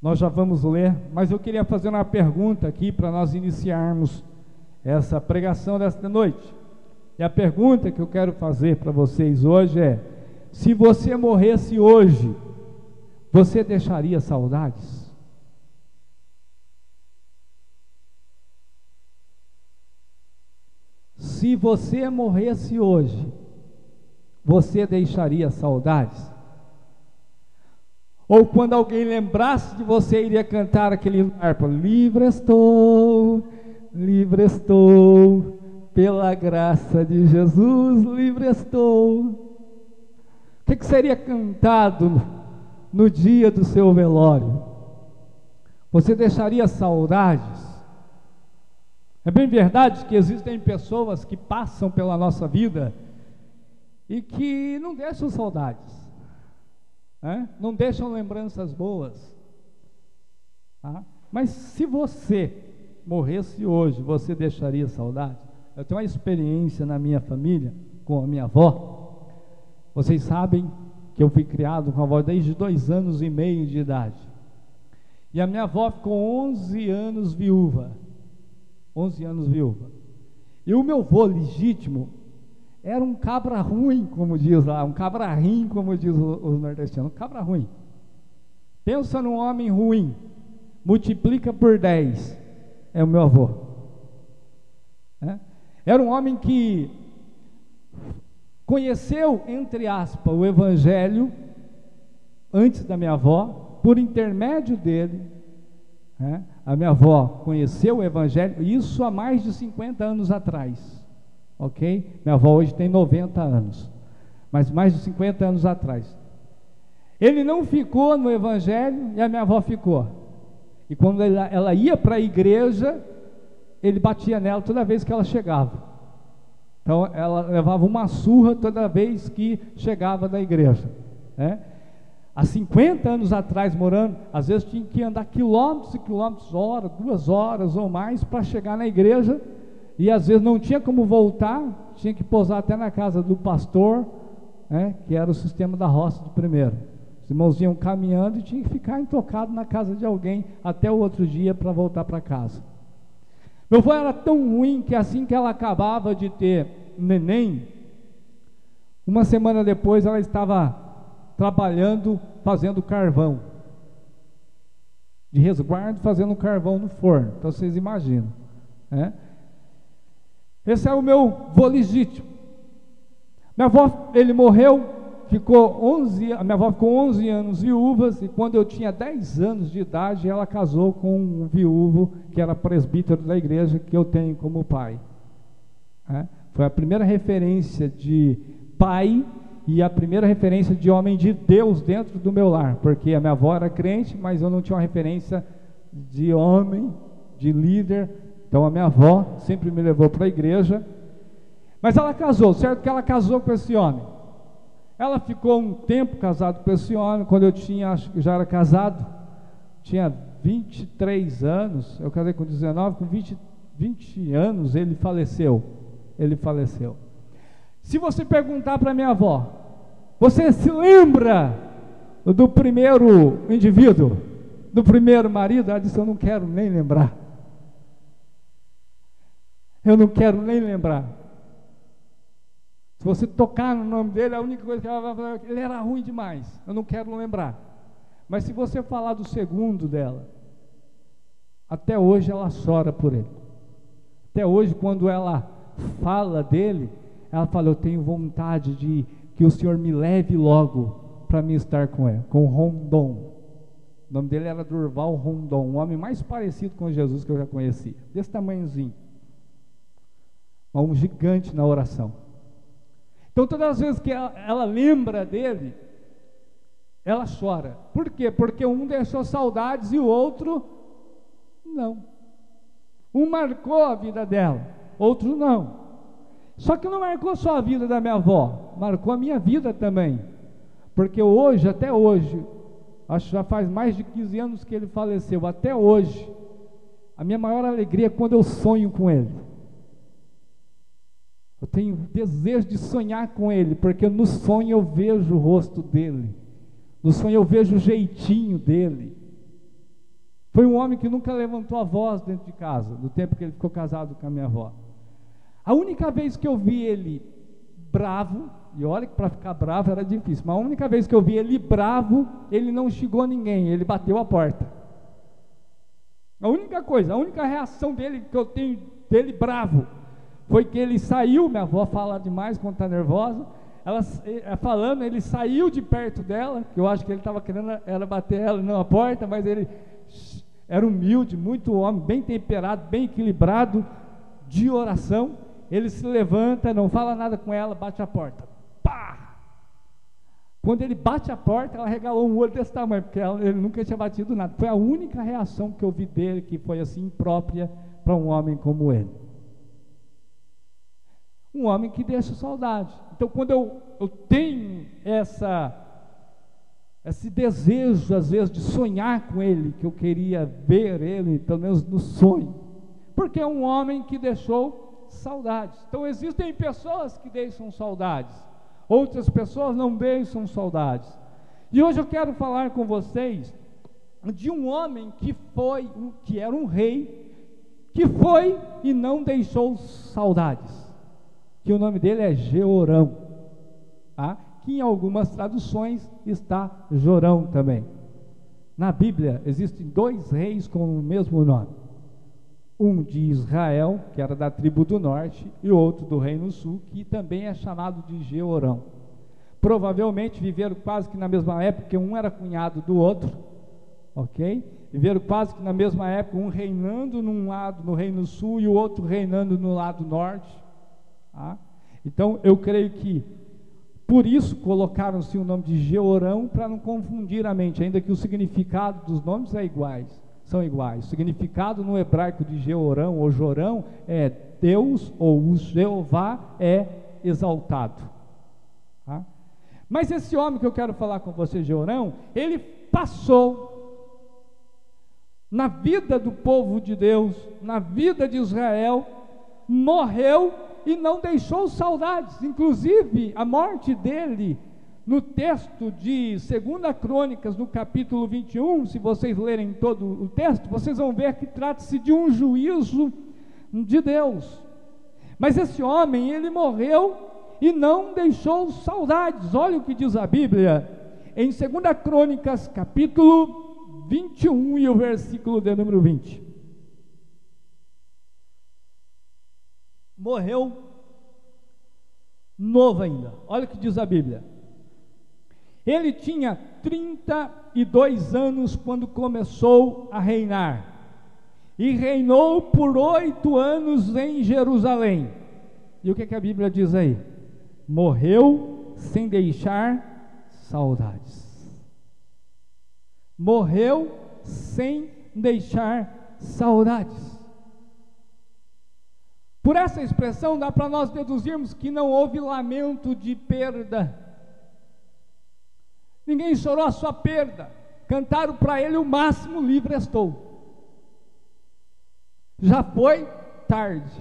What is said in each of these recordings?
Nós já vamos ler, mas eu queria fazer uma pergunta aqui para nós iniciarmos essa pregação desta noite. E a pergunta que eu quero fazer para vocês hoje é: se você morresse hoje, você deixaria saudades? Se você morresse hoje, você deixaria saudades? Ou quando alguém lembrasse de você, iria cantar aquele harpa: livre estou, pela graça de Jesus, livre estou. O que seria cantado no dia do seu velório? Você deixaria saudades? É bem verdade que existem pessoas que passam pela nossa vida e que não deixam saudades, né? Não deixam lembranças boas, tá? Mas se você morresse hoje, você deixaria saudade? Eu tenho uma experiência na minha família com a minha avó. Vocês sabem que eu fui criado com a avó desde 2 anos e meio de idade, e a minha avó ficou 11 anos viúva. 11 anos viúva. E o meu avô legítimo era um cabra ruim, como diz lá, um cabra-rim, como diz os nordestinos, um cabra ruim. Pensa num homem ruim, multiplica por 10, é o meu avô. Era um homem que conheceu, entre aspas, o Evangelho antes da minha avó, por intermédio dele. A minha avó conheceu o Evangelho, isso há mais de 50 anos atrás, ok? Minha avó hoje tem 90 anos, mas mais de 50 anos atrás. Ele não ficou no Evangelho e a minha avó ficou. E quando ela ia para a igreja, ele batia nela toda vez que ela chegava. Então ela levava uma surra toda vez que chegava da igreja, Há 50 anos atrás, morando, às vezes tinha que andar quilômetros e quilômetros, 2 horas ou mais para chegar na igreja, e às vezes não tinha como voltar, tinha que pousar até na casa do pastor, que era o sistema da roça de primeiro. Os irmãos iam caminhando e tinha que ficar intocado na casa de alguém até o outro dia para voltar para casa. Meu avô era tão ruim que assim que ela acabava de ter neném, uma semana depois ela estava trabalhando, fazendo carvão, de resguardo, fazendo carvão no forno. Então vocês imaginam, Esse é o meu avô legítimo. Minha avó, ele morreu, a minha avó ficou 11 anos viúva, e quando eu tinha 10 anos de idade, ela casou com um viúvo que era presbítero da igreja, que eu tenho como pai. Foi a primeira referência de pai e a primeira referência de homem de Deus dentro do meu lar, porque a minha avó era crente, mas eu não tinha uma referência de homem, de líder. Então a minha avó sempre me levou para a igreja, mas ela casou, certo que ela casou com esse homem. Ela ficou um tempo casada com esse homem. Quando eu já era casado, tinha 23 anos, eu casei com 19, com 20 anos ele faleceu. Se você perguntar para minha avó: você se lembra do primeiro indivíduo, do primeiro marido? Ela disse: eu não quero nem lembrar. Eu não quero nem lembrar. Se você tocar no nome dele, a única coisa que ela vai falar é que ele era ruim demais, eu não quero lembrar. Mas se você falar do segundo dela, até hoje ela chora por ele. Até hoje, quando ela fala dele, ela fala: eu tenho vontade de que o Senhor me leve logo para mim estar com ele, com Rondon. O nome dele era Durval Rondon, o homem mais parecido com Jesus que eu já conheci, desse tamanhozinho, um gigante na oração. Então todas as vezes que ela lembra dele, ela chora. Por quê? Porque um deixou saudades e o outro não. Um marcou a vida dela, outro não. Só que não marcou só a vida da minha avó, marcou a minha vida também. Porque hoje, até hoje, acho que já faz mais de 15 anos que ele faleceu, até hoje, a minha maior alegria é quando eu sonho com ele. Eu tenho desejo de sonhar com ele, porque no sonho eu vejo o rosto dele, no sonho eu vejo o jeitinho dele, Foi um homem que nunca levantou a voz dentro de casa, no tempo que ele ficou casado com a minha avó. A única vez que eu vi ele bravo, e olha que para ficar bravo era difícil, mas a única vez que eu vi ele bravo, ele não xingou ninguém, ele bateu a porta. A única coisa, a única reação dele, que eu tenho dele bravo, foi que ele saiu, minha avó fala demais quando está nervosa, ela falando, ele saiu de perto dela, que eu acho que ele estava querendo era bater ela na porta, mas ele era humilde, muito homem, bem temperado, bem equilibrado, de oração. Ele se levanta, não fala nada com ela, bate a porta, pá! Quando ele bate a porta, ela regalou um olho desse tamanho, porque ele nunca tinha batido nada. Foi a única reação que eu vi dele, que foi assim, imprópria para um homem como ele. Um homem que deixa saudade. Então, quando eu tenho esse desejo, às vezes, de sonhar com ele, que eu queria ver ele, pelo menos no sonho, porque é um homem que deixou saudades. Então, existem pessoas que deixam saudades, outras pessoas não deixam saudades. E hoje eu quero falar com vocês de um homem que era um rei, que foi e não deixou saudades, que o nome dele é Jeorão, tá? Que em algumas traduções está Jorão também. Na Bíblia existem 2 reis com o mesmo nome, um de Israel, que era da tribo do norte, e outro do reino sul, que também é chamado de Jeorão. Provavelmente viveram quase que na mesma época, porque um era cunhado do outro, ok? Viveram quase que na mesma época, um reinando num lado no reino sul e o outro reinando no lado norte. Tá? Então eu creio que por isso colocaram-se o nome de Jeorão, para não confundir a mente, ainda que o significado dos nomes são iguais. O significado no hebraico de Jeorão ou Jorão é Deus ou o Jeová é exaltado. Tá? Mas esse homem que eu quero falar com você, Jeorão, ele passou na vida do povo de Deus, na vida de Israel, morreu e não deixou saudades. Inclusive a morte dele, no texto de 2 Crônicas, no capítulo 21, se vocês lerem todo o texto, vocês vão ver que trata-se de um juízo de Deus. Mas esse homem, ele morreu e não deixou saudades. Olha o que diz a Bíblia em 2 Crônicas, capítulo 21 e o versículo de número 20. Morreu novo ainda. Olha o que diz a Bíblia. Ele tinha 32 anos quando começou a reinar, e reinou por 8 anos em Jerusalém. E o que a Bíblia diz aí? Morreu sem deixar saudades. Morreu sem deixar saudades. Por essa expressão dá para nós deduzirmos que não houve lamento de perda. Ninguém chorou a sua perda. Cantaram para ele o máximo, livre estou. Já foi tarde.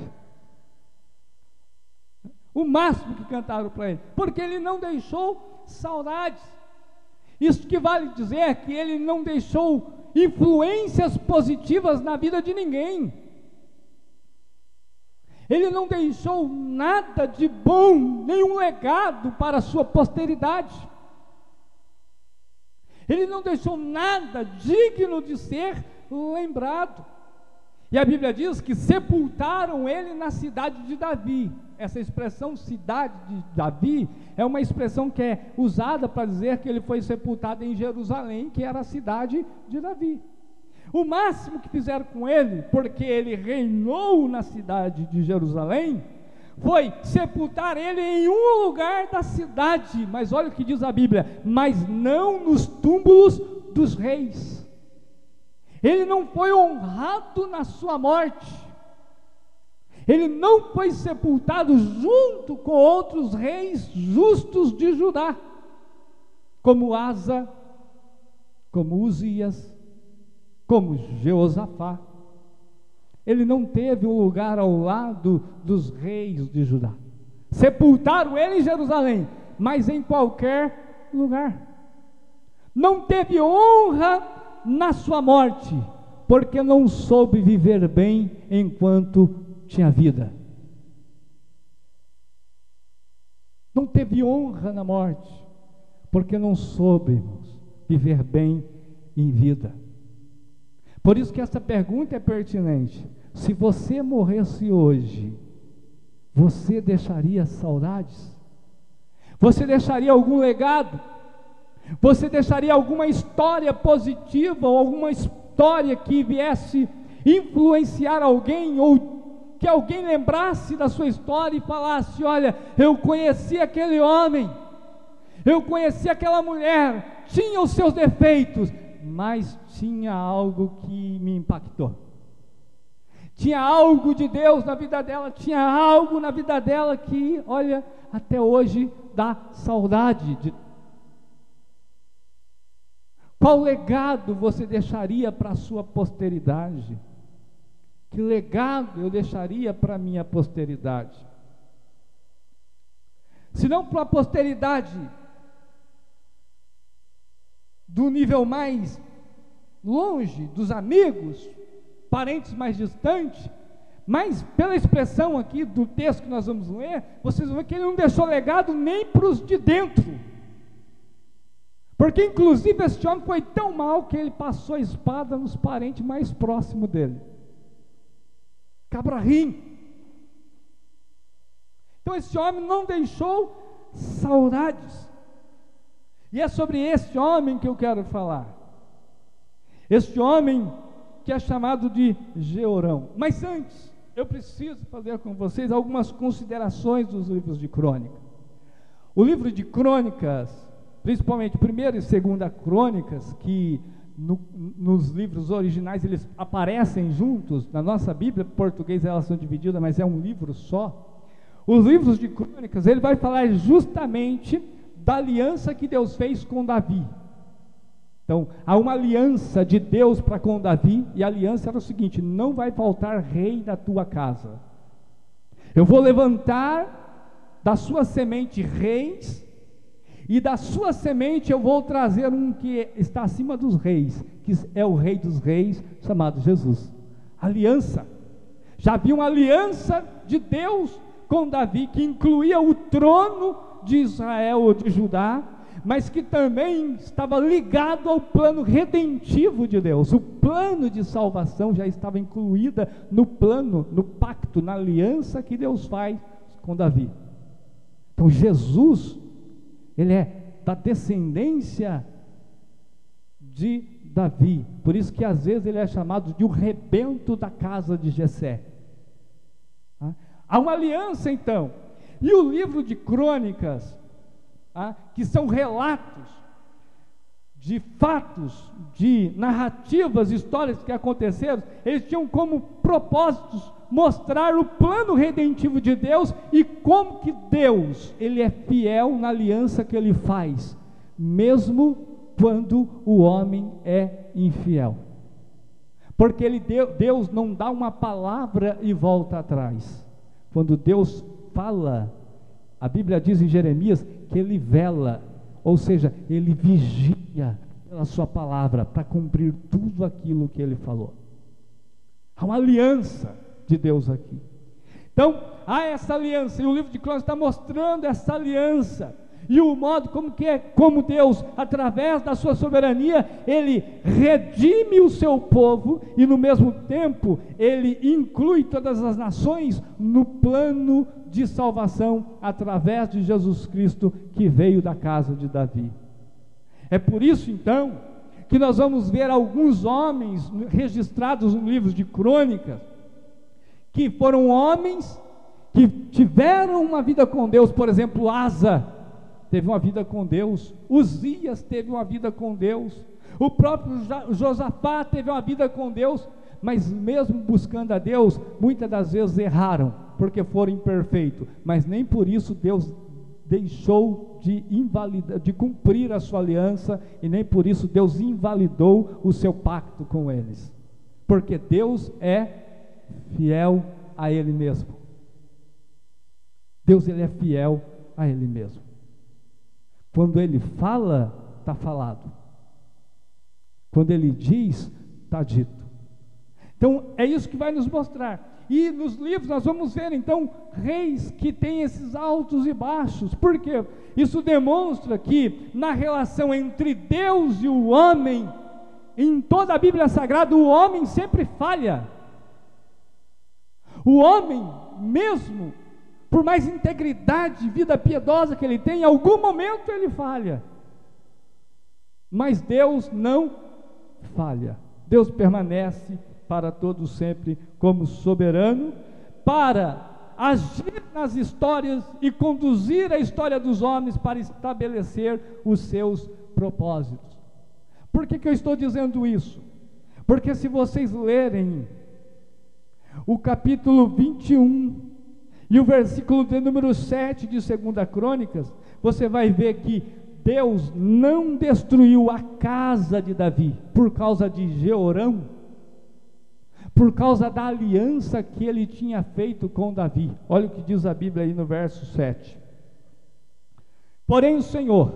O máximo que cantaram para ele, porque ele não deixou saudades. Isso que vale dizer é que ele não deixou influências positivas na vida de ninguém. Ele não deixou nada de bom, nenhum legado para a sua posteridade. Ele não deixou nada digno de ser lembrado. E a Bíblia diz que sepultaram ele na cidade de Davi. Essa expressão cidade de Davi é uma expressão que é usada para dizer que ele foi sepultado em Jerusalém, que era a cidade de Davi. O máximo que fizeram com ele, porque ele reinou na cidade de Jerusalém, foi sepultar ele em um lugar da cidade. Mas olha o que diz a Bíblia: mas não nos túmulos dos reis. Ele não foi honrado na sua morte. Ele não foi sepultado junto com outros reis justos de Judá, como Asa, como Uzias, como Jeosafá. Ele não teve um lugar ao lado dos reis de Judá. Sepultaram ele em Jerusalém, mas em qualquer lugar. Não teve honra na sua morte, porque não soube viver bem enquanto tinha vida. Não teve honra na morte, porque não soube, irmãos, viver bem em vida. Por isso que essa pergunta é pertinente. Se você morresse hoje, você deixaria saudades? Você deixaria algum legado? Você deixaria alguma história positiva ou alguma história que viesse influenciar alguém, ou que alguém lembrasse da sua história e falasse: olha, eu conheci aquele homem, eu conheci aquela mulher, tinha os seus defeitos, mas tinha algo que me impactou, tinha algo de Deus na vida dela, tinha algo na vida dela que, olha, até hoje dá saudade de. Qual legado você deixaria para a sua posteridade? Que legado eu deixaria para a minha posteridade? Se não para a posteridade do nível mais longe, dos amigos, parentes mais distantes, mas pela expressão aqui do texto que nós vamos ler, vocês vão ver que ele não deixou legado nem para os de dentro, porque inclusive esse homem foi tão mal que ele passou a espada nos parentes mais próximos dele, Cabrahim. Então esse homem não deixou saudades, e é sobre esse homem que eu quero falar, este homem que é chamado de Jeorão. Mas antes, eu preciso fazer com vocês algumas considerações dos livros de crônica. O livro de crônicas, principalmente 1ª e 2ª crônicas, que nos livros originais eles aparecem juntos, na nossa Bíblia, em português elas são divididas, mas é um livro só. Os livros de crônicas, ele vai falar justamente da aliança que Deus fez com Davi. Então, há uma aliança de Deus para com Davi, e a aliança era o seguinte: não vai faltar rei na tua casa, eu vou levantar da sua semente reis, e da sua semente eu vou trazer um que está acima dos reis, que é o rei dos reis, chamado Jesus. Aliança, já havia uma aliança de Deus com Davi, que incluía o trono de Israel ou de Judá, mas que também estava ligado ao plano redentivo de Deus. O plano de salvação já estava incluída no plano, no pacto, na aliança que Deus faz com Davi. Então Jesus, ele é da descendência de Davi, por isso que às vezes ele é chamado de o rebento da casa de Jessé. Há uma aliança então, e o livro de crônicas, que são relatos de fatos, de narrativas, histórias que aconteceram, eles tinham como propósitos mostrar o plano redentivo de Deus e como que Deus, ele é fiel na aliança que ele faz, mesmo quando o homem é infiel, porque Deus não dá uma palavra e volta atrás. Quando Deus fala, a Bíblia diz em Jeremias que ele vela, ou seja, ele vigia pela sua palavra para cumprir tudo aquilo que ele falou. Há uma aliança de Deus aqui. Então, há essa aliança, e o livro de Crônicas está mostrando essa aliança, e o modo como Deus, através da sua soberania, ele redime o seu povo, e no mesmo tempo, ele inclui todas as nações no plano de salvação, através de Jesus Cristo, que veio da casa de Davi. É por isso então, que nós vamos ver alguns homens registrados no livro de Crônicas, que foram homens que tiveram uma vida com Deus. Por exemplo, Asa teve uma vida com Deus, Uzias teve uma vida com Deus, o próprio Josafá teve uma vida com Deus, mas mesmo buscando a Deus, muitas das vezes erraram, porque foram imperfeitos, mas nem por isso Deus deixou de cumprir a sua aliança, e nem por isso Deus invalidou o seu pacto com eles, porque Deus é fiel a Ele mesmo. Deus, ele é fiel a Ele mesmo. Quando Ele fala, está falado. Quando Ele diz, está dito. Então é isso que vai nos mostrar. E nos livros nós vamos ver então reis que têm esses altos e baixos. Por quê? Isso demonstra que na relação entre Deus e o homem, em toda a Bíblia Sagrada, o homem sempre falha. O homem, mesmo por mais integridade, vida piedosa que ele tem, em algum momento ele falha. Mas Deus não falha. Deus permanece para todos sempre como soberano, para agir nas histórias e conduzir a história dos homens para estabelecer os seus propósitos. Por que eu estou dizendo isso? Porque se vocês lerem o capítulo 21 e o versículo de número 7 de 2 Crônicas, você vai ver que Deus não destruiu a casa de Davi por causa de Jeorão, por causa da aliança que ele tinha feito com Davi. Olha o que diz a Bíblia aí no verso 7. Porém o Senhor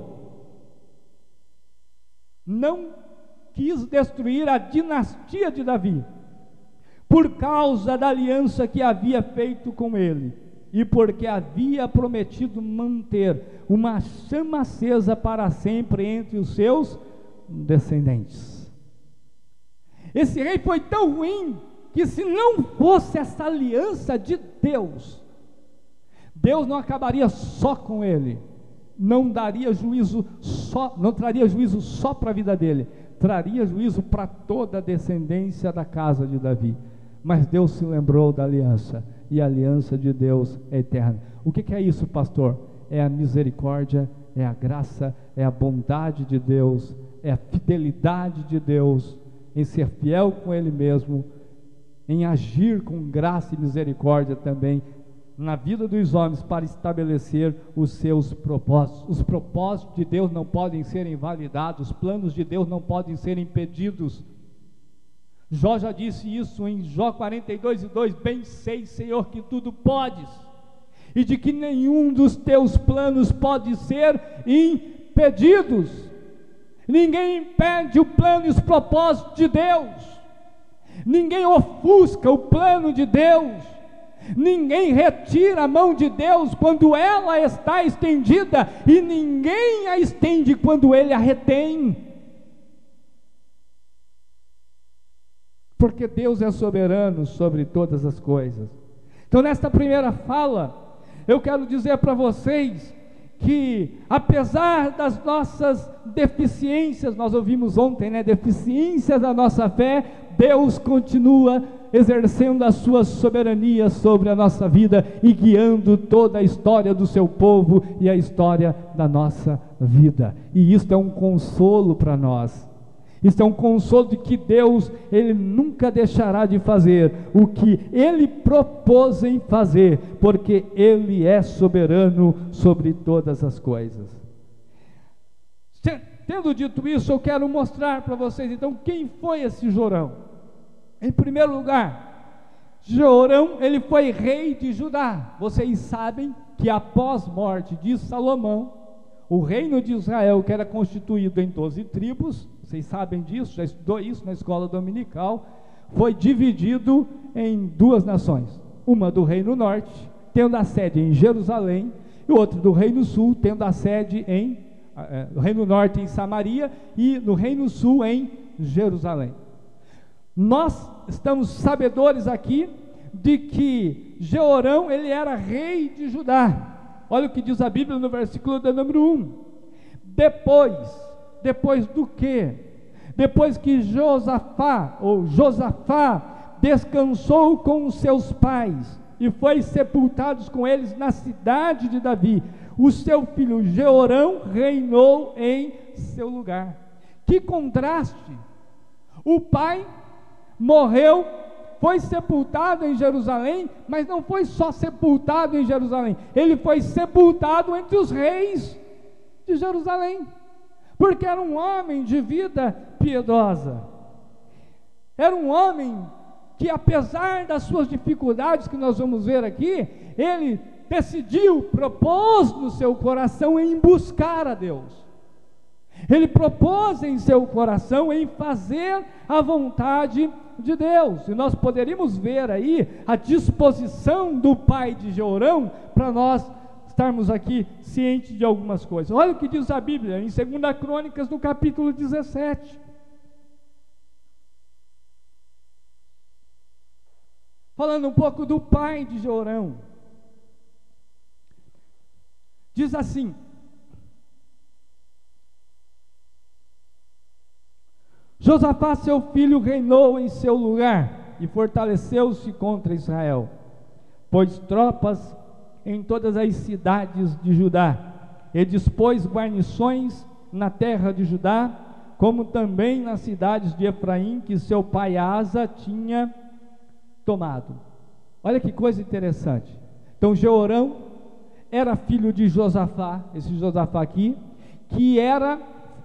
não quis destruir a dinastia de Davi, por causa da aliança que havia feito com ele, e porque havia prometido manter uma chama acesa para sempre entre os seus descendentes. Esse rei foi tão ruim, que se não fosse essa aliança de Deus, Deus não acabaria só com ele, não daria juízo só, não traria juízo só para a vida dele, traria juízo para toda a descendência da casa de Davi. Mas Deus se lembrou da aliança, e a aliança de Deus é eterna. O que é isso, pastor? É a misericórdia, é a graça, é a bondade de Deus, é a fidelidade de Deus, em ser fiel com Ele mesmo, em agir com graça e misericórdia também na vida dos homens para estabelecer os seus propósitos. Os propósitos de Deus não podem ser invalidados, os planos de Deus não podem ser impedidos. Jó já disse isso em Jó 42:2, bem sei, Senhor, que tudo podes, e de que nenhum dos teus planos pode ser impedidos. Ninguém impede o plano e os propósitos de Deus, ninguém ofusca o plano de Deus, ninguém retira a mão de Deus quando ela está estendida, e ninguém a estende quando Ele a retém, porque Deus é soberano sobre todas as coisas. Então nesta primeira fala, eu quero dizer para vocês que apesar das nossas deficiências, nós ouvimos ontem, deficiências da nossa fé, Deus continua exercendo a sua soberania sobre a nossa vida e guiando toda a história do seu povo e a história da nossa vida. E isso é um consolo para nós. Isso é um consolo de que Deus, Ele nunca deixará de fazer o que Ele propôs em fazer, porque Ele é soberano sobre todas as coisas. Tendo dito isso, eu quero mostrar para vocês então quem foi esse Jorão. Em primeiro lugar, Jorão, ele foi rei de Judá. Vocês sabem que após a morte de Salomão, o reino de Israel, que era constituído em 12 tribos, vocês sabem disso, já estudou isso na escola dominical, foi dividido em duas nações, uma do reino norte, tendo a sede em Jerusalém, e outra do reino sul, tendo a sede no reino norte em Samaria, e no reino sul em Jerusalém. Nós estamos sabedores aqui de que Jeorão, ele era rei de Judá. Olha o que diz a Bíblia no versículo de número 1. Depois do que? Depois que Josafá descansou com os seus pais e foi sepultado com eles na cidade de Davi, o seu filho Jeorão reinou em seu lugar. Que contraste! O pai morreu, foi sepultado em Jerusalém, mas não foi só sepultado em Jerusalém, ele foi sepultado entre os reis de Jerusalém, porque era um homem de vida piedosa, era um homem que, apesar das suas dificuldades que nós vamos ver aqui, ele decidiu, propôs no seu coração em buscar a Deus. Ele propôs em seu coração em fazer a vontade de Deus. E nós poderíamos ver aí a disposição do pai de Jeorão para nós estarmos aqui cientes de algumas coisas. Olha o que diz a Bíblia em 2 Crônicas, no capítulo 17. Falando um pouco do pai de Jeorão. Diz assim: Josafá, seu filho, reinou em seu lugar e fortaleceu-se contra Israel, pôs tropas em todas as cidades de Judá e dispôs guarnições na terra de Judá, como também nas cidades de Efraim, que seu pai Asa tinha tomado. Olha que coisa interessante. Então Jeorão era filho de Josafá, esse Josafá aqui, que era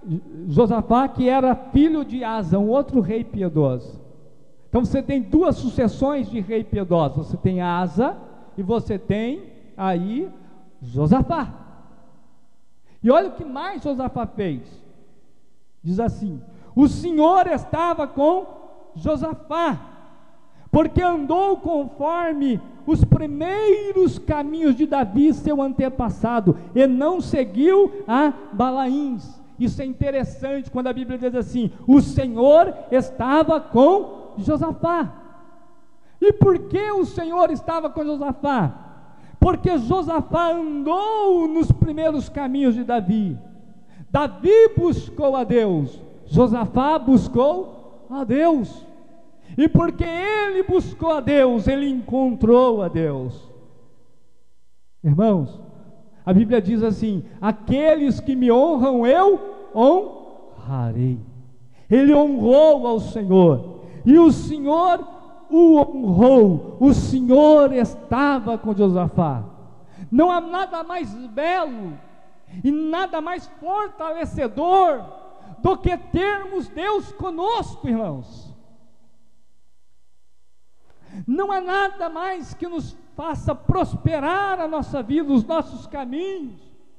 filho de Asa, um outro rei piedoso. Então você tem duas sucessões de rei piedoso. Você tem Asa e você tem aí Josafá. E olha o que mais Josafá fez. Diz assim: o Senhor estava com Josafá, porque andou conforme os primeiros caminhos de Davi, seu antepassado, e não seguiu a Balaíns. Isso é interessante quando a Bíblia diz assim: o Senhor estava com Josafá. E por que o Senhor estava com Josafá? Porque Josafá andou nos primeiros caminhos de Davi. Davi buscou a Deus, Josafá buscou a Deus. E porque ele buscou a Deus, ele encontrou a Deus. Irmãos, a Bíblia diz assim: aqueles que me honram, eu honrarei. Ele honrou ao Senhor, e o Senhor o honrou. O Senhor estava com Josafá. Não há nada mais belo e nada mais fortalecedor do que termos Deus conosco, irmãos. Não há nada mais que nos faça prosperar a nossa vida, os nossos caminhos,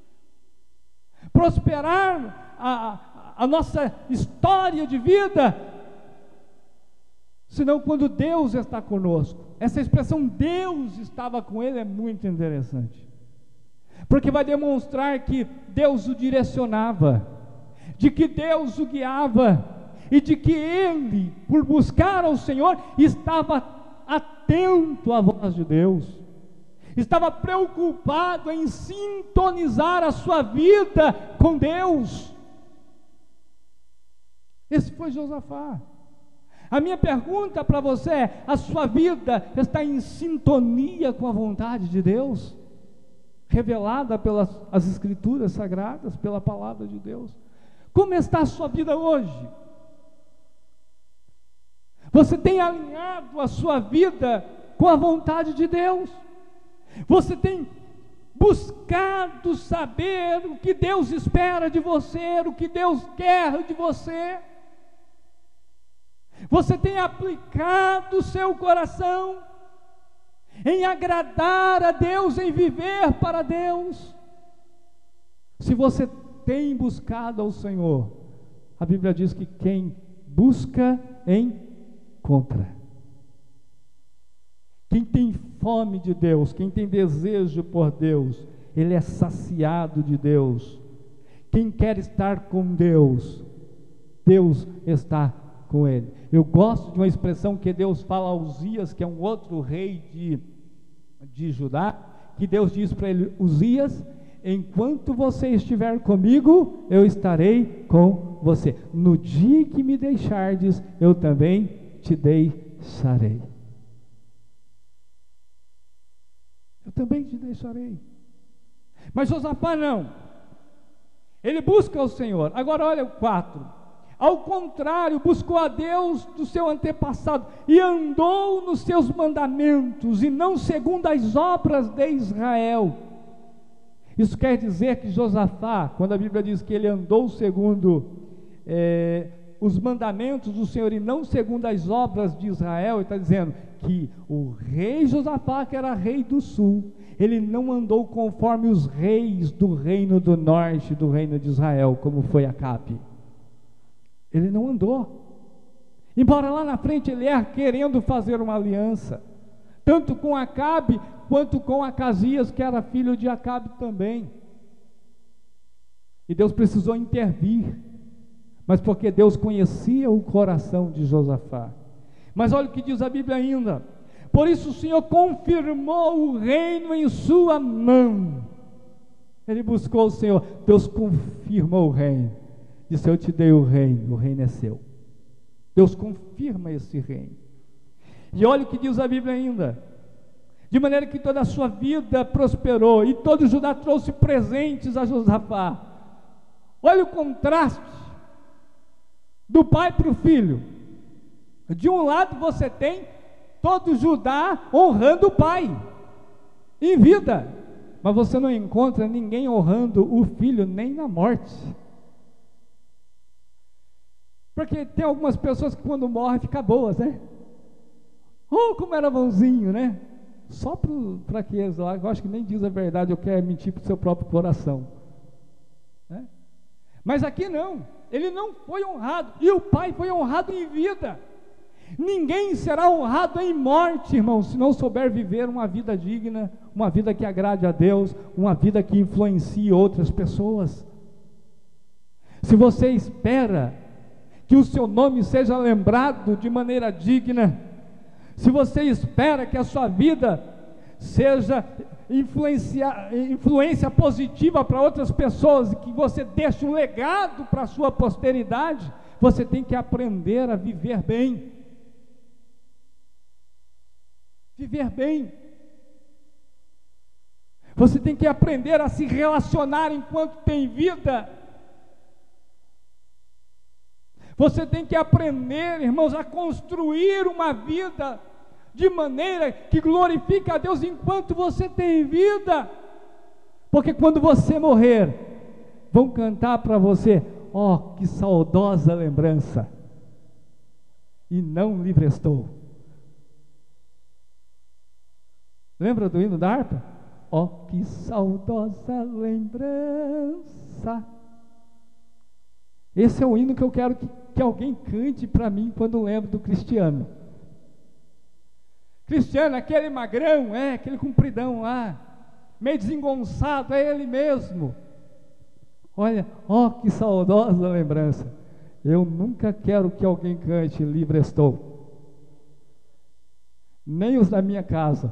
prosperar a nossa história de vida, senão quando Deus está conosco. Essa expressão Deus estava com ele é muito interessante, porque vai demonstrar que Deus o direcionava, de que Deus o guiava, e de que ele, por buscar ao Senhor, estava atento à voz de Deus, estava preocupado em sintonizar a sua vida com Deus. Esse foi Josafá. A minha pergunta para você é: a sua vida está em sintonia com a vontade de Deus, revelada pelas as Escrituras Sagradas, pela palavra de Deus? Como está a sua vida hoje? Você tem alinhado a sua vida com a vontade de Deus? Você tem buscado saber o que Deus espera de você, o que Deus quer de você? Você tem aplicado o seu coração em agradar a Deus, em viver para Deus? Se você tem buscado ao Senhor, a Bíblia diz que quem busca encontra. Quem tem fome de Deus, quem tem desejo por Deus, ele é saciado de Deus. Quem quer estar com Deus, Deus está com ele. Eu gosto de uma expressão que Deus fala a Uzias, que é um outro rei de Judá, que Deus diz para ele: Uzias, enquanto você estiver comigo, eu estarei com você. No dia que me deixardes, eu também te deixarei. Eu também te deixarei. Mas Josafá não. Ele busca o Senhor. Agora olha o 4. Ao contrário, buscou a Deus do seu antepassado e andou nos seus mandamentos e não segundo as obras de Israel. Isso quer dizer que Josafá, quando a Bíblia diz que ele andou segundo os mandamentos do Senhor e não segundo as obras de Israel, ele está dizendo que o rei Josafá, que era rei do sul, ele não andou conforme os reis do reino do norte, do reino de Israel, como foi Acabe. Ele não andou. Embora lá na frente ele erre querendo fazer uma aliança, tanto com Acabe, quanto com Acasias, que era filho de Acabe também. E Deus precisou intervir, mas porque Deus conhecia o coração de Josafá. Mas olha o que diz a Bíblia ainda: por isso o Senhor confirmou o reino em sua mão. Ele buscou o Senhor, Deus confirmou o reino, disse: eu te dei o reino é seu. Deus confirma esse reino. E olha o que diz a Bíblia ainda: de maneira que toda a sua vida prosperou, e todo Judá trouxe presentes a Josafá. Olha o contraste do pai para o filho. De um lado você tem todo Judá honrando o pai em vida, mas você não encontra ninguém honrando o filho nem na morte. Porque tem algumas pessoas que quando morrem ficam boas, né? Oh, como era bonzinho, né? Só para aqueles lá, eu acho que nem diz a verdade, eu quero mentir para o seu próprio coração, né? Mas aqui não, ele não foi honrado, e o pai foi honrado em vida. Ninguém será honrado em morte, irmão, se não souber viver uma vida digna, uma vida que agrade a Deus, uma vida que influencie outras pessoas. Se você espera que o seu nome seja lembrado de maneira digna, se você espera que a sua vida seja influência positiva para outras pessoas, e que você deixe um legado para a sua posteridade, você tem que aprender a viver bem. Viver bem. Você tem que aprender a se relacionar enquanto tem vida. Você tem que aprender, irmãos, a construir uma vida de maneira que glorifique a Deus enquanto você tem vida. Porque quando você morrer, vão cantar para você: ó, que saudosa lembrança, e não lhe prestou. Lembra do hino da harpa? Ó, que saudosa lembrança. Esse é o hino que eu quero que alguém cante para mim quando lembro do Cristiano. Cristiano, aquele magrão, aquele compridão lá, meio desengonçado, é ele mesmo. Olha, ó, que saudosa lembrança. Eu nunca quero que alguém cante livre estou, nem os da minha casa,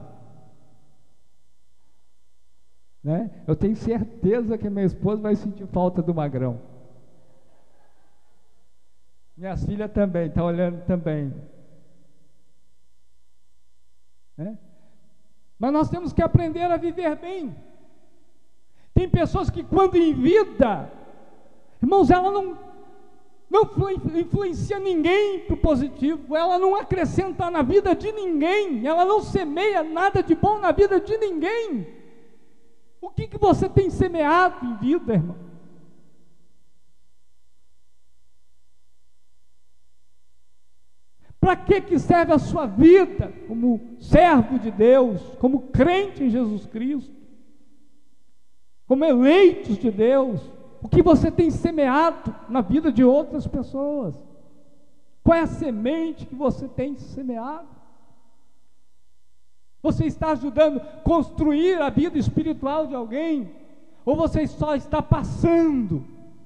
né? Eu tenho certeza que minha esposa vai sentir falta do magrão. Minhas filhas também, estão olhando também, né? Mas nós temos que aprender a viver bem. Tem pessoas que quando em vida, irmãos, ela não influencia ninguém para o positivo, ela não acrescenta na vida de ninguém, ela não semeia nada de bom na vida de ninguém. O que você tem semeado em vida, irmão? Para que serve a sua vida como servo de Deus, como crente em Jesus Cristo, como eleitos de Deus? O que você tem semeado na vida de outras pessoas? Qual é a semente que você tem semeado? Você está ajudando a construir a vida espiritual de alguém? Ou você só está passando,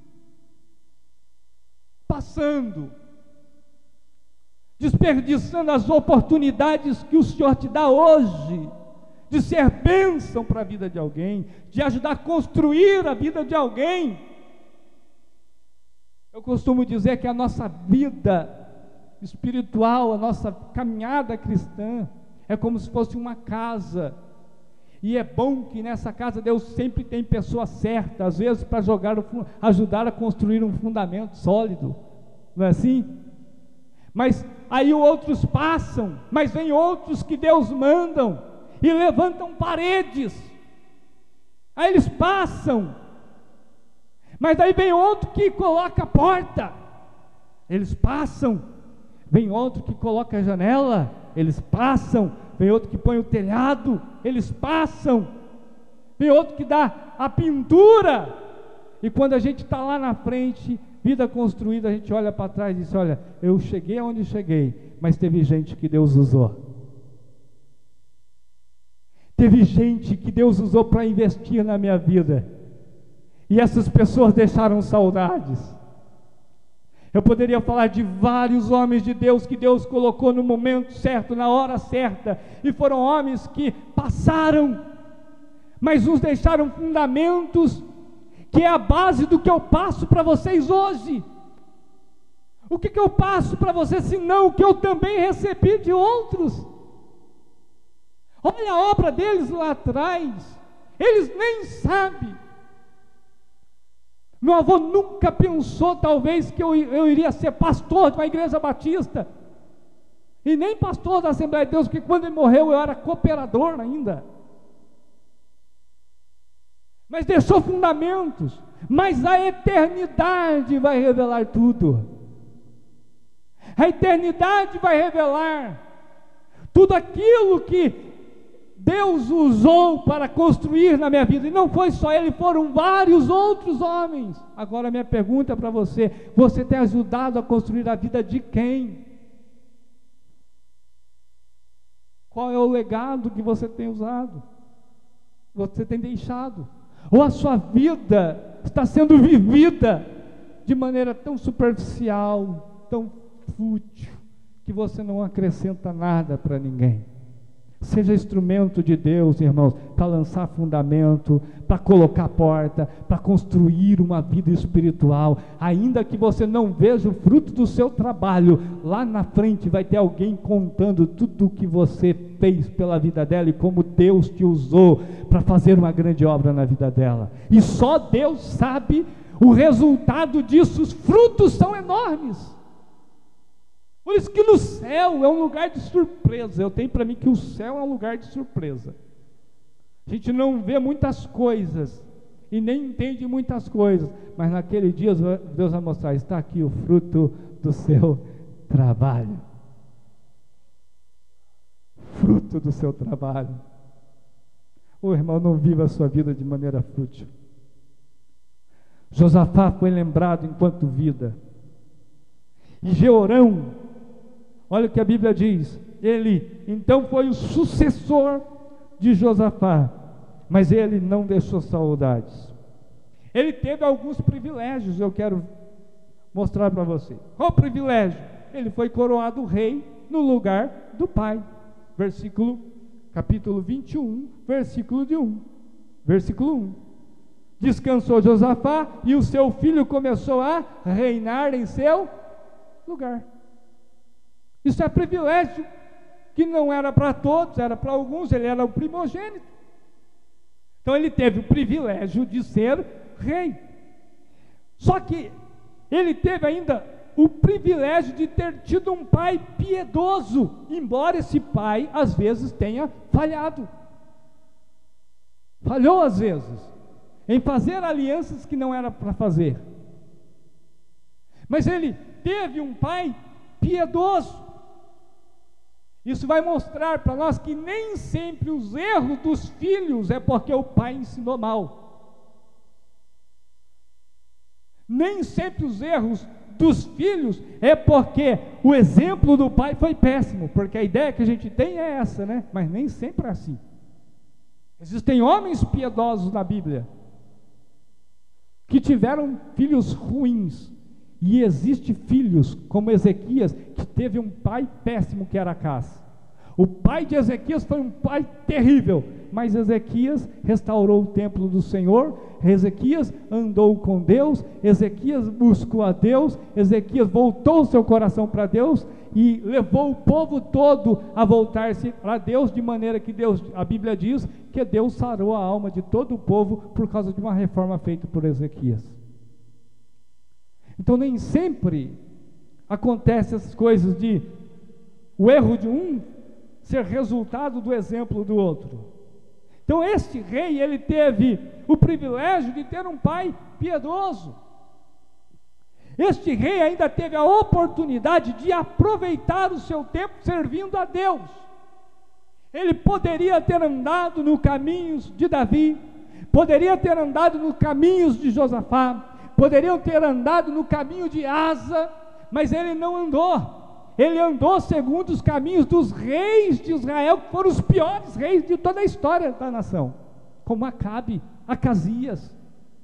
desperdiçando as oportunidades que o Senhor te dá hoje, de ser bênção para a vida de alguém, de ajudar a construir a vida de alguém? Eu costumo dizer que a nossa vida espiritual, a nossa caminhada cristã, é como se fosse uma casa, e é bom que nessa casa Deus sempre tem pessoas certas, às vezes para ajudar a construir um fundamento sólido, não é assim? Mas aí outros passam, mas vem outros que Deus mandam, e levantam paredes, aí eles passam, mas daí vem outro que coloca a porta, eles passam, vem outro que coloca a janela, eles passam, vem outro que põe o telhado, eles passam, vem outro que dá a pintura, e quando a gente está lá na frente, vida construída, a gente olha para trás e diz: olha, eu cheguei aonde cheguei, mas teve gente que Deus usou. Teve gente que Deus usou para investir na minha vida, e essas pessoas deixaram saudades. Eu poderia falar de vários homens de Deus que Deus colocou no momento certo, na hora certa, e foram homens que passaram, mas uns deixaram fundamentos, que é a base do que eu passo para vocês hoje. O que eu passo para vocês, senão o que eu também recebi de outros? Olha a obra deles lá atrás, eles nem sabem. Meu avô nunca pensou, talvez, que eu iria ser pastor de uma igreja batista, e nem pastor da Assembleia de Deus, porque quando ele morreu eu era cooperador ainda. Mas deixou fundamentos, mas a eternidade vai revelar tudo. A eternidade vai revelar tudo aquilo que Deus usou para construir na minha vida, e não foi só ele, foram vários outros homens. Agora minha pergunta para você: você tem ajudado a construir a vida de quem? Qual é o legado que você tem usado? Você tem deixado? Ou a sua vida está sendo vivida de maneira tão superficial, tão fútil, que você não acrescenta nada para ninguém? Seja instrumento de Deus, irmãos, para lançar fundamento, para colocar porta, para construir uma vida espiritual. Ainda que você não veja o fruto do seu trabalho, lá na frente vai ter alguém contando tudo o que você fez pela vida dela e como Deus te usou para fazer uma grande obra na vida dela. E só Deus sabe o resultado disso. Os frutos são enormes. Por isso que no céu é um lugar de surpresa. Eu tenho para mim que o céu é um lugar de surpresa. A gente não vê muitas coisas e nem entende muitas coisas, mas naquele dia Deus vai mostrar: está aqui o fruto do seu trabalho. Fruto do seu trabalho. O irmão, não viva a sua vida de maneira fútil. Josafá foi lembrado enquanto vida. E Jeorão, olha o que a Bíblia diz, ele então foi o sucessor de Josafá, mas ele não deixou saudades. Ele teve alguns privilégios, eu quero mostrar para você. Qual o privilégio? Ele foi coroado rei no lugar do pai. Capítulo 21, versículo 1. Descansou Josafá e o seu filho começou a reinar em seu lugar. Isso é privilégio que não era para todos, era para alguns. Ele era o primogênito, então ele teve o privilégio de ser rei. Só que ele teve ainda o privilégio de ter tido um pai piedoso, embora esse pai às vezes tenha falhado. Falhou às vezes em fazer alianças que não era para fazer, mas ele teve um pai piedoso. Isso vai mostrar para nós que nem sempre os erros dos filhos é porque o pai ensinou mal. Nem sempre os erros dos filhos é porque o exemplo do pai foi péssimo, porque a ideia que a gente tem é essa, né? Mas nem sempre é assim. Existem homens piedosos na Bíblia que tiveram filhos ruins, e existe filhos como Ezequias, que teve um pai péssimo, que era Acás. O pai de Ezequias foi um pai terrível, mas Ezequias restaurou o templo do Senhor, Ezequias andou com Deus, Ezequias buscou a Deus, Ezequias voltou o seu coração para Deus e levou o povo todo a voltar-se para Deus, de maneira que Deus, a Bíblia diz que Deus sarou a alma de todo o povo por causa de uma reforma feita por Ezequias. Então nem sempre acontece essas coisas de o erro de um ser resultado do exemplo do outro. Então este rei, ele teve o privilégio de ter um pai piedoso. Este rei ainda teve a oportunidade de aproveitar o seu tempo servindo a Deus. Ele poderia ter andado nos caminhos de Davi, poderia ter andado nos caminhos de Josafá, poderiam ter andado no caminho de Asa, mas ele não andou. Ele andou segundo os caminhos dos reis de Israel, que foram os piores reis de toda a história da nação, como Acabe, Acasias,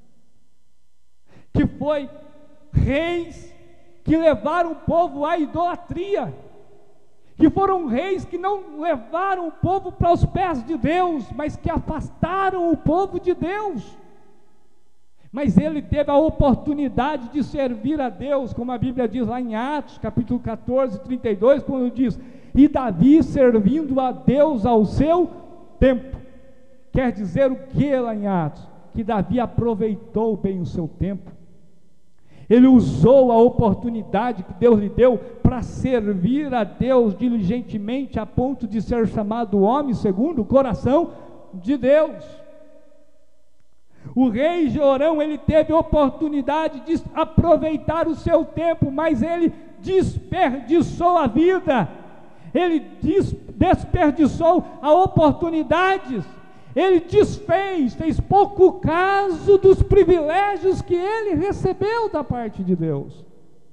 que foi reis que levaram o povo à idolatria, que foram reis que não levaram o povo para os pés de Deus, mas que afastaram o povo de Deus. Mas ele teve a oportunidade de servir a Deus, como a Bíblia diz lá em Atos, capítulo 14, 32, quando diz: e Davi servindo a Deus ao seu tempo. Quer dizer o que lá em Atos? Que Davi aproveitou bem o seu tempo. Ele usou a oportunidade que Deus lhe deu para servir a Deus diligentemente, a ponto de ser chamado homem segundo o coração de Deus. O rei Jorão, ele teve oportunidade de aproveitar o seu tempo, mas ele desperdiçou a vida, ele desperdiçou a oportunidades, ele fez pouco caso dos privilégios que ele recebeu da parte de Deus.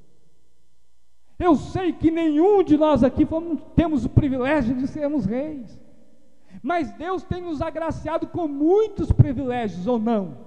Eu sei que nenhum de nós aqui temos o privilégio de sermos reis, mas Deus tem nos agraciado com muitos privilégios, ou não?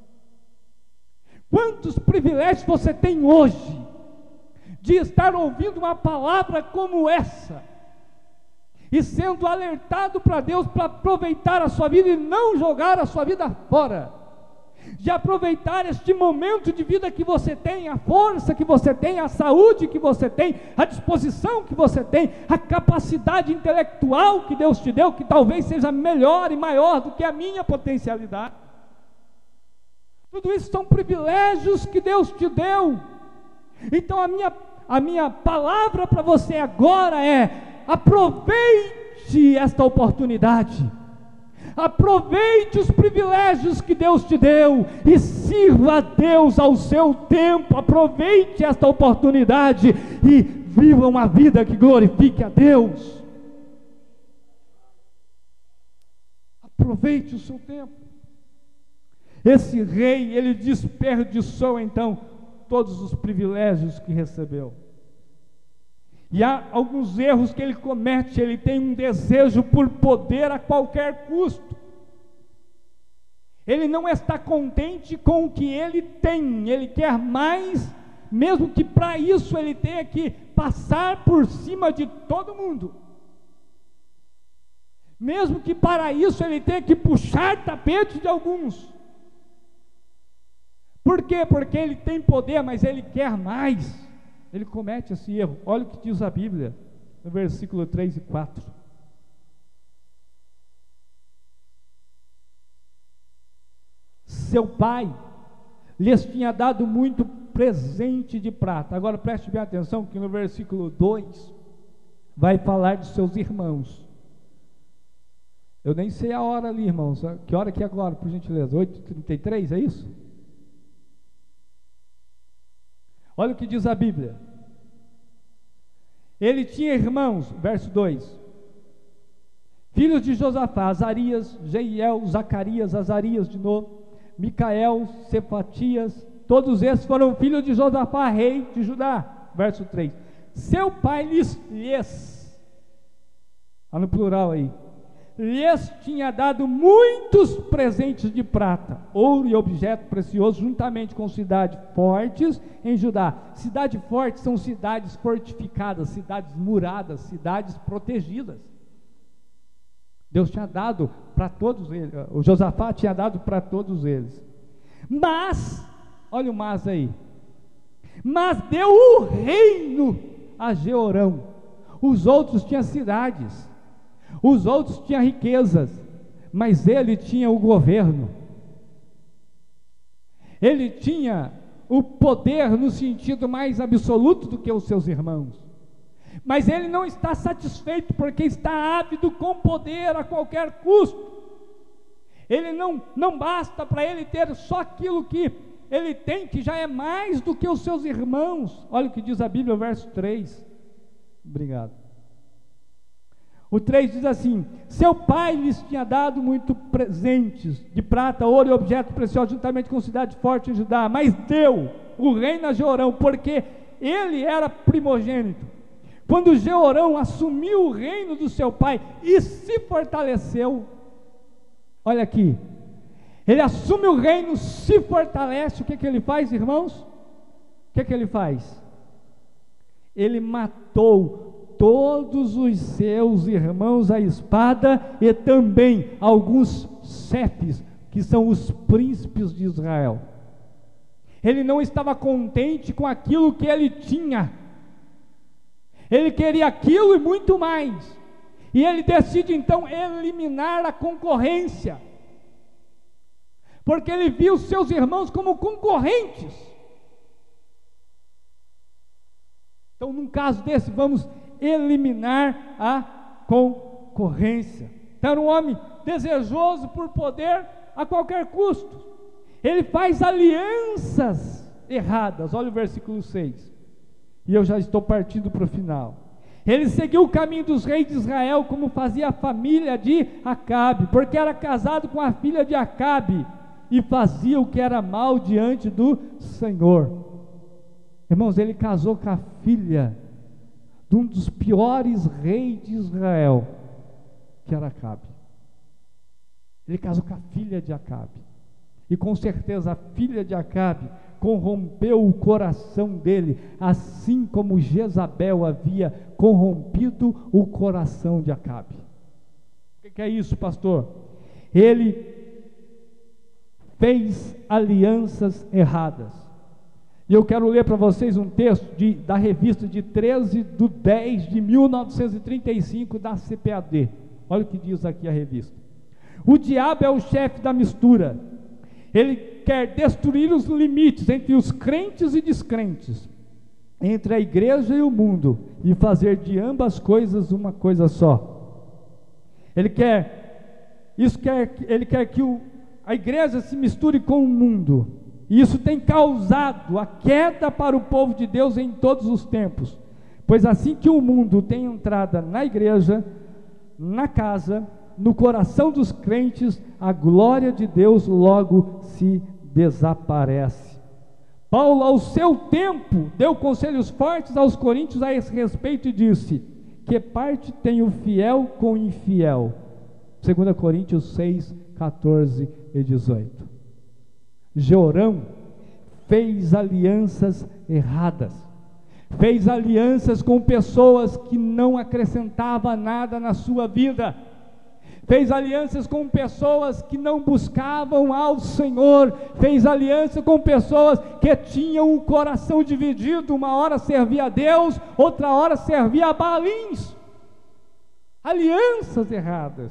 Quantos privilégios você tem hoje, de estar ouvindo uma palavra como essa, e sendo alertado para Deus, para aproveitar a sua vida e não jogar a sua vida fora, de aproveitar este momento de vida que você tem, a força que você tem, a saúde que você tem, a disposição que você tem, a capacidade intelectual que Deus te deu, que talvez seja melhor e maior do que a minha potencialidade. Tudo isso são privilégios que Deus te deu. Então a minha palavra para você agora é: aproveite esta oportunidade, aproveite os privilégios que Deus te deu e sirva a Deus ao seu tempo. Aproveite esta oportunidade e viva uma vida que glorifique a Deus. Aproveite o seu tempo. Esse rei, ele desperdiçou então todos os privilégios que recebeu. E há alguns erros que ele comete. Ele tem um desejo por poder a qualquer custo. Ele não está contente com o que ele tem, ele quer mais, mesmo que para isso ele tenha que passar por cima de todo mundo, mesmo que para isso ele tenha que puxar tapete de alguns. Por quê? Porque ele tem poder, mas ele quer mais. Ele comete esse erro. Olha o que diz a Bíblia, no versículo 3 e 4. Seu pai lhes tinha dado muito presente de prata. Agora preste bem atenção que no versículo 2 vai falar de seus irmãos. Eu nem sei a hora ali, irmãos. Que hora que é agora, por gentileza? 8h33, é isso? Olha o que diz a Bíblia. Ele tinha irmãos, verso 2, filhos de Josafá: Azarias, Jeiel, Zacarias, Azarias de novo, Micael, Cefatias. Todos esses foram filhos de Josafá, rei de Judá. Verso 3, seu pai lhes, no plural aí, lhes tinha dado muitos presentes de prata, ouro e objeto precioso, juntamente com cidades fortes em Judá. Cidade forte são cidades fortificadas, cidades muradas, cidades protegidas. Deus tinha dado para todos eles, o Josafá tinha dado para todos eles. Mas, olha o mas aí, mas deu o reino a Jeorão. Os outros tinham cidades, os outros tinham riquezas, mas ele tinha o governo. Ele tinha o poder no sentido mais absoluto do que os seus irmãos. Mas ele não está satisfeito, porque está ávido com poder a qualquer custo. Ele não basta para ele ter só aquilo que ele tem, que já é mais do que os seus irmãos. Olha o que diz a Bíblia, verso 3. Obrigado. O 3 diz assim: seu pai lhes tinha dado muito presentes de prata, ouro e objetos preciosos, juntamente com cidade forte em Judá, mas deu o reino a Jeorão, porque ele era primogênito. Quando Jeorão assumiu o reino do seu pai e se fortaleceu, olha aqui, ele assume o reino, se fortalece, o que ele faz, irmãos? O que ele faz? Ele matou todos os seus irmãos à espada e também alguns chefes, que são os príncipes de Israel. Ele não estava contente com aquilo que ele tinha, ele queria aquilo e muito mais, e ele decide então eliminar a concorrência, porque ele viu seus irmãos como concorrentes. Então, num caso desse, vamos eliminar a concorrência. Então, era um homem desejoso por poder a qualquer custo. Ele faz alianças erradas. Olha o versículo 6. E eu já estou partindo para o final. Ele seguiu o caminho dos reis de Israel, como fazia a família de Acabe, porque era casado com a filha de Acabe, e fazia o que era mal diante do Senhor. Irmãos, ele casou com a filha de um dos piores reis de Israel, que era Acabe. Ele casou com a filha de Acabe, e com certeza a filha de Acabe corrompeu o coração dele, assim como Jezabel havia corrompido o coração de Acabe. O que é isso, pastor? Ele fez alianças erradas. E eu quero ler para vocês um texto da revista de 13/10 de 1935 da CPAD. Olha o que diz aqui a revista. O diabo é o chefe da mistura. Ele quer destruir os limites entre os crentes e descrentes, entre a igreja e o mundo, e fazer de ambas coisas uma coisa só. Ele quer que a igreja se misture com o mundo. E isso tem causado a queda para o povo de Deus em todos os tempos, pois assim que o mundo tem entrada na igreja, na casa, no coração dos crentes, a glória de Deus logo se desaparece. Paulo, ao seu tempo, deu conselhos fortes aos coríntios a esse respeito e disse: que parte tem o fiel com o infiel? 2 Coríntios 6, 14 e 18. Jeorão fez alianças erradas, fez alianças com pessoas que não acrescentavam nada na sua vida, fez alianças com pessoas que não buscavam ao Senhor, fez aliança com pessoas que tinham o coração dividido, uma hora servia a Deus, outra hora servia a Baalins. Alianças erradas.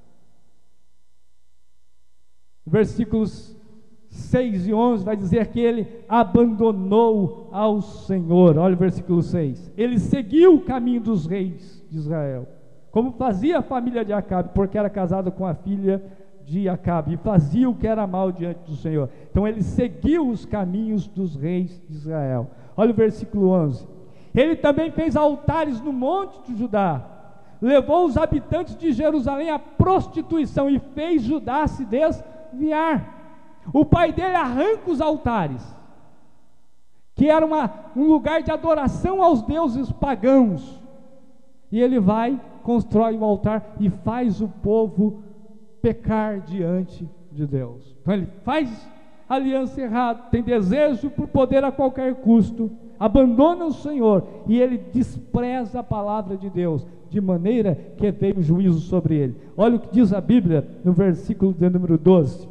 Versículos 6 e 11 vai dizer que ele abandonou ao Senhor. Olha o versículo 6. Ele seguiu o caminho dos reis de Israel, como fazia a família de Acabe, porque era casado com a filha de Acabe, e fazia o que era mal diante do Senhor. Então ele seguiu os caminhos dos reis de Israel. Olha o versículo 11. Ele também fez altares no monte de Judá, levou os habitantes de Jerusalém à prostituição e fez Judá se desviar. O pai dele arranca os altares, que era um lugar de adoração aos deuses pagãos, e ele vai, constrói um altar e faz o povo pecar diante de Deus. Então ele faz aliança errada, tem desejo por poder a qualquer custo, abandona o Senhor, e ele despreza a palavra de Deus, de maneira que veio o juízo sobre ele. Olha o que diz a Bíblia no versículo de número 12.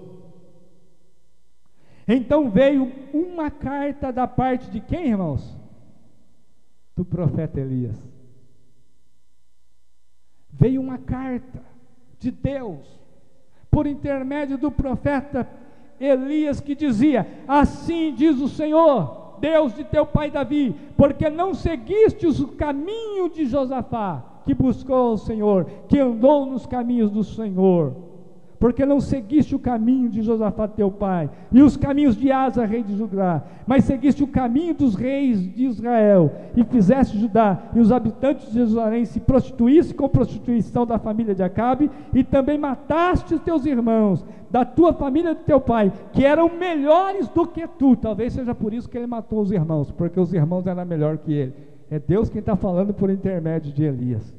Então veio uma carta da parte de quem, irmãos? Do profeta Elias. Veio uma carta de Deus, por intermédio do profeta Elias, que dizia: assim diz o Senhor, Deus de teu pai Davi, porque não seguistes o caminho de Josafá, que buscou o Senhor, que andou nos caminhos do Senhor. porque não seguiste o caminho de Josafá teu pai, e os caminhos de Asa, rei de Judá, mas seguiste o caminho dos reis de Israel, e fizeste Judá e os habitantes de Jerusalém se prostituíssem com prostituição da família de Acabe, e também mataste os teus irmãos, da tua família de teu pai, que eram melhores do que tu. Talvez seja por isso que ele matou os irmãos, porque os irmãos eram melhor que ele. É Deus quem está falando por intermédio de Elias.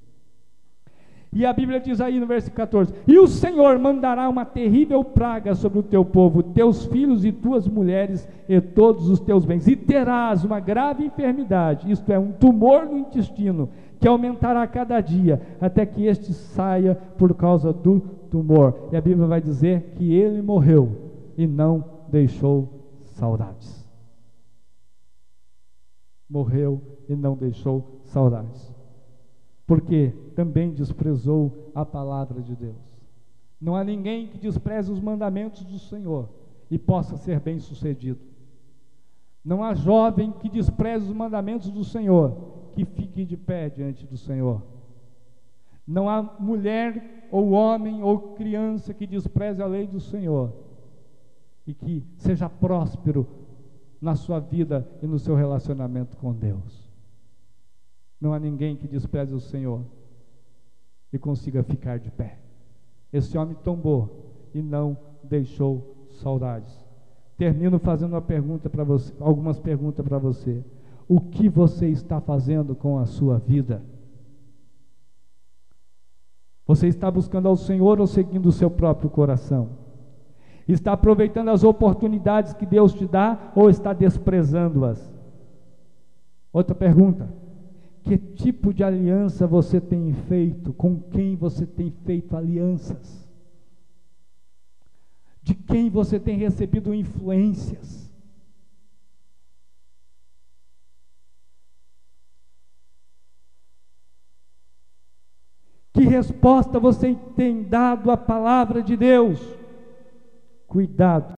E a Bíblia diz aí no versículo 14: e o Senhor mandará uma terrível praga sobre o teu povo, teus filhos e tuas mulheres e todos os teus bens, e terás uma grave enfermidade, isto é, um tumor no intestino, que aumentará a cada dia, até que este saia por causa do tumor. E a Bíblia vai dizer que ele morreu e não deixou saudades. Morreu e não deixou saudades, porque também desprezou a palavra de Deus. Não há ninguém que despreze os mandamentos do Senhor e possa ser bem sucedido. Não há jovem que despreze os mandamentos do Senhor que fique de pé diante do Senhor. Não há mulher ou homem ou criança que despreze a lei do Senhor e que seja próspero na sua vida e no seu relacionamento com Deus. Não há ninguém que despreze o Senhor e consiga ficar de pé. Esse homem tombou e não deixou saudades. Termino fazendo uma pergunta para você, algumas perguntas para você. O que você está fazendo com a sua vida? Você está buscando ao Senhor ou seguindo o seu próprio coração? Está aproveitando as oportunidades que Deus te dá ou está desprezando-as? Outra pergunta: que tipo de aliança você tem feito? Com quem você tem feito alianças? De quem você tem recebido influências? Que resposta você tem dado à palavra de Deus? Cuidado